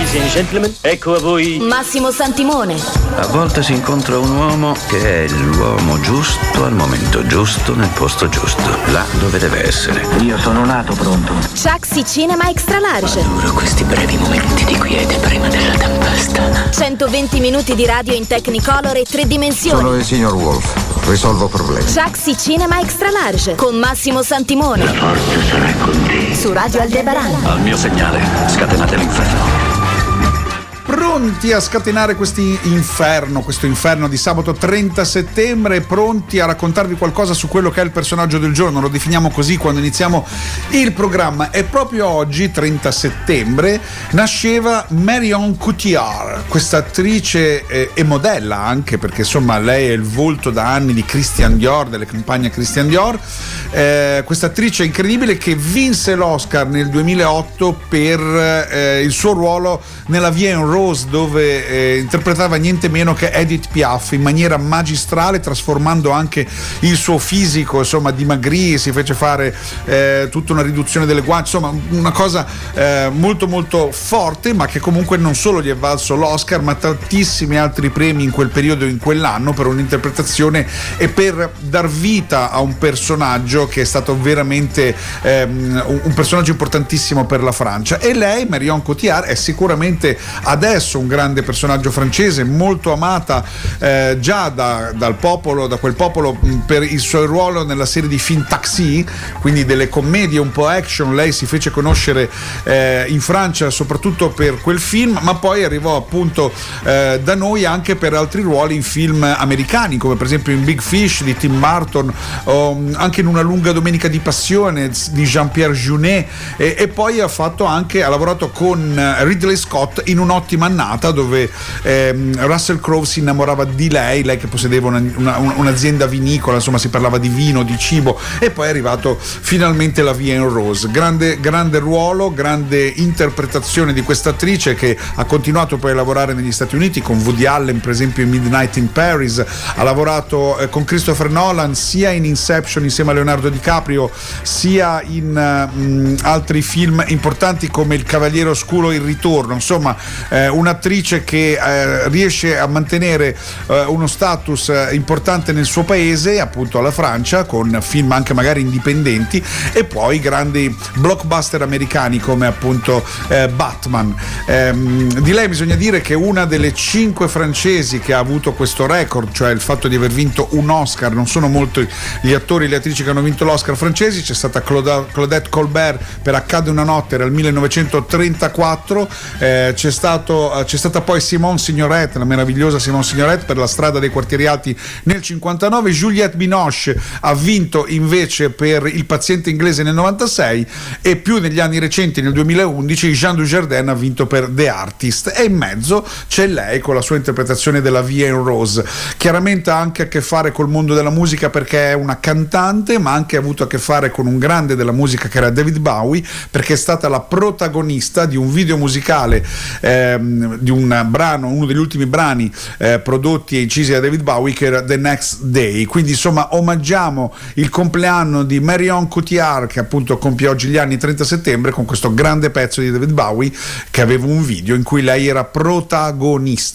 Ladies and gentlemen, ecco a voi Massimo Santimone. A volte si incontra un uomo che è l'uomo giusto al momento giusto nel posto giusto, là dove deve essere. Io sono nato pronto. Chaxi Cinema Extra Large. Adoro questi brevi momenti di quiete prima della tempesta. 120 minuti di radio in Technicolor e 3 dimensioni. Sono il signor Wolf, risolvo problemi. Chaxi Cinema Extra Large con Massimo Santimone. La forza sarà con te. Su Radio Aldebaran. Al mio segnale, scatenate l'inferno. Pronti a scatenare questo inferno di sabato 30 settembre, pronti a raccontarvi qualcosa su quello che è il personaggio del giorno, lo definiamo così quando iniziamo il programma. E proprio oggi, 30 settembre, nasceva Marion Cotillard, questa attrice e modella anche, perché insomma lei è il volto da anni di Christian Dior, delle campagne Christian Dior, questa attrice incredibile che vinse l'Oscar nel 2008 per il suo ruolo nella Vie en Rose, dove interpretava niente meno che Edith Piaf in maniera magistrale, trasformando anche il suo fisico, insomma dimagrì, si fece fare tutta una riduzione delle guance, insomma una cosa molto molto forte, ma che comunque non solo gli è valso l'Oscar ma tantissimi altri premi in quel periodo, in quell'anno, per un'interpretazione e per dar vita a un personaggio che è stato veramente un personaggio importantissimo per la Francia. E lei, Marion Cotillard, è sicuramente adesso un grande personaggio francese, molto amata già da quel popolo per il suo ruolo nella serie di film Taxi, quindi delle commedie un po' action. Lei si fece conoscere in Francia soprattutto per quel film, ma poi arrivò appunto da noi anche per altri ruoli in film americani, come per esempio in Big Fish di Tim Burton, o anche in Una lunga domenica di passione di Jean-Pierre Jeunet, e poi ha lavorato con Ridley Scott in Un'ottima annata, dove Russell Crowe si innamorava di lei che possedeva un'azienda vinicola, insomma si parlava di vino, di cibo, e poi è arrivato finalmente la Vie en Rose. Grande ruolo, grande interpretazione di questa attrice, che ha continuato poi a lavorare negli Stati Uniti con Woody Allen, per esempio in Midnight in Paris, ha lavorato con Christopher Nolan sia in Inception insieme a Leonardo DiCaprio, sia in altri film importanti come Il Cavaliere Oscuro, Il Ritorno. Insomma un'attrice che riesce a mantenere uno status importante nel suo paese, appunto alla Francia, con film anche magari indipendenti, e poi grandi blockbuster americani come appunto Batman. Di lei bisogna dire che una delle 5 francesi che ha avuto questo record, cioè il fatto di aver vinto un Oscar. Non sono molti gli attori e le attrici che hanno vinto l'Oscar francesi. C'è stata Claudette Colbert per Accade una notte, era il 1934, c'è stata poi Simone Signoret, la meravigliosa Simone Signoret, per La strada dei quartieri alti nel 59. Juliette Binoche ha vinto invece per Il paziente inglese nel 96, e più negli anni recenti, nel 2011, Jean Dujardin ha vinto per The Artist. E in mezzo c'è lei con la sua interpretazione della Vie en Rose. Chiaramente ha anche a che fare col mondo della musica, perché è una cantante, ma anche ha avuto a che fare con un grande della musica che era David Bowie, perché è stata la protagonista di un video musicale, di un brano, uno degli ultimi brani prodotti e incisi da David Bowie, che era The Next Day. Quindi insomma omaggiamo il compleanno di Marion Cotillard, che appunto compie oggi gli anni 30 settembre, con questo grande pezzo di David Bowie, che aveva un video in cui lei era protagonista.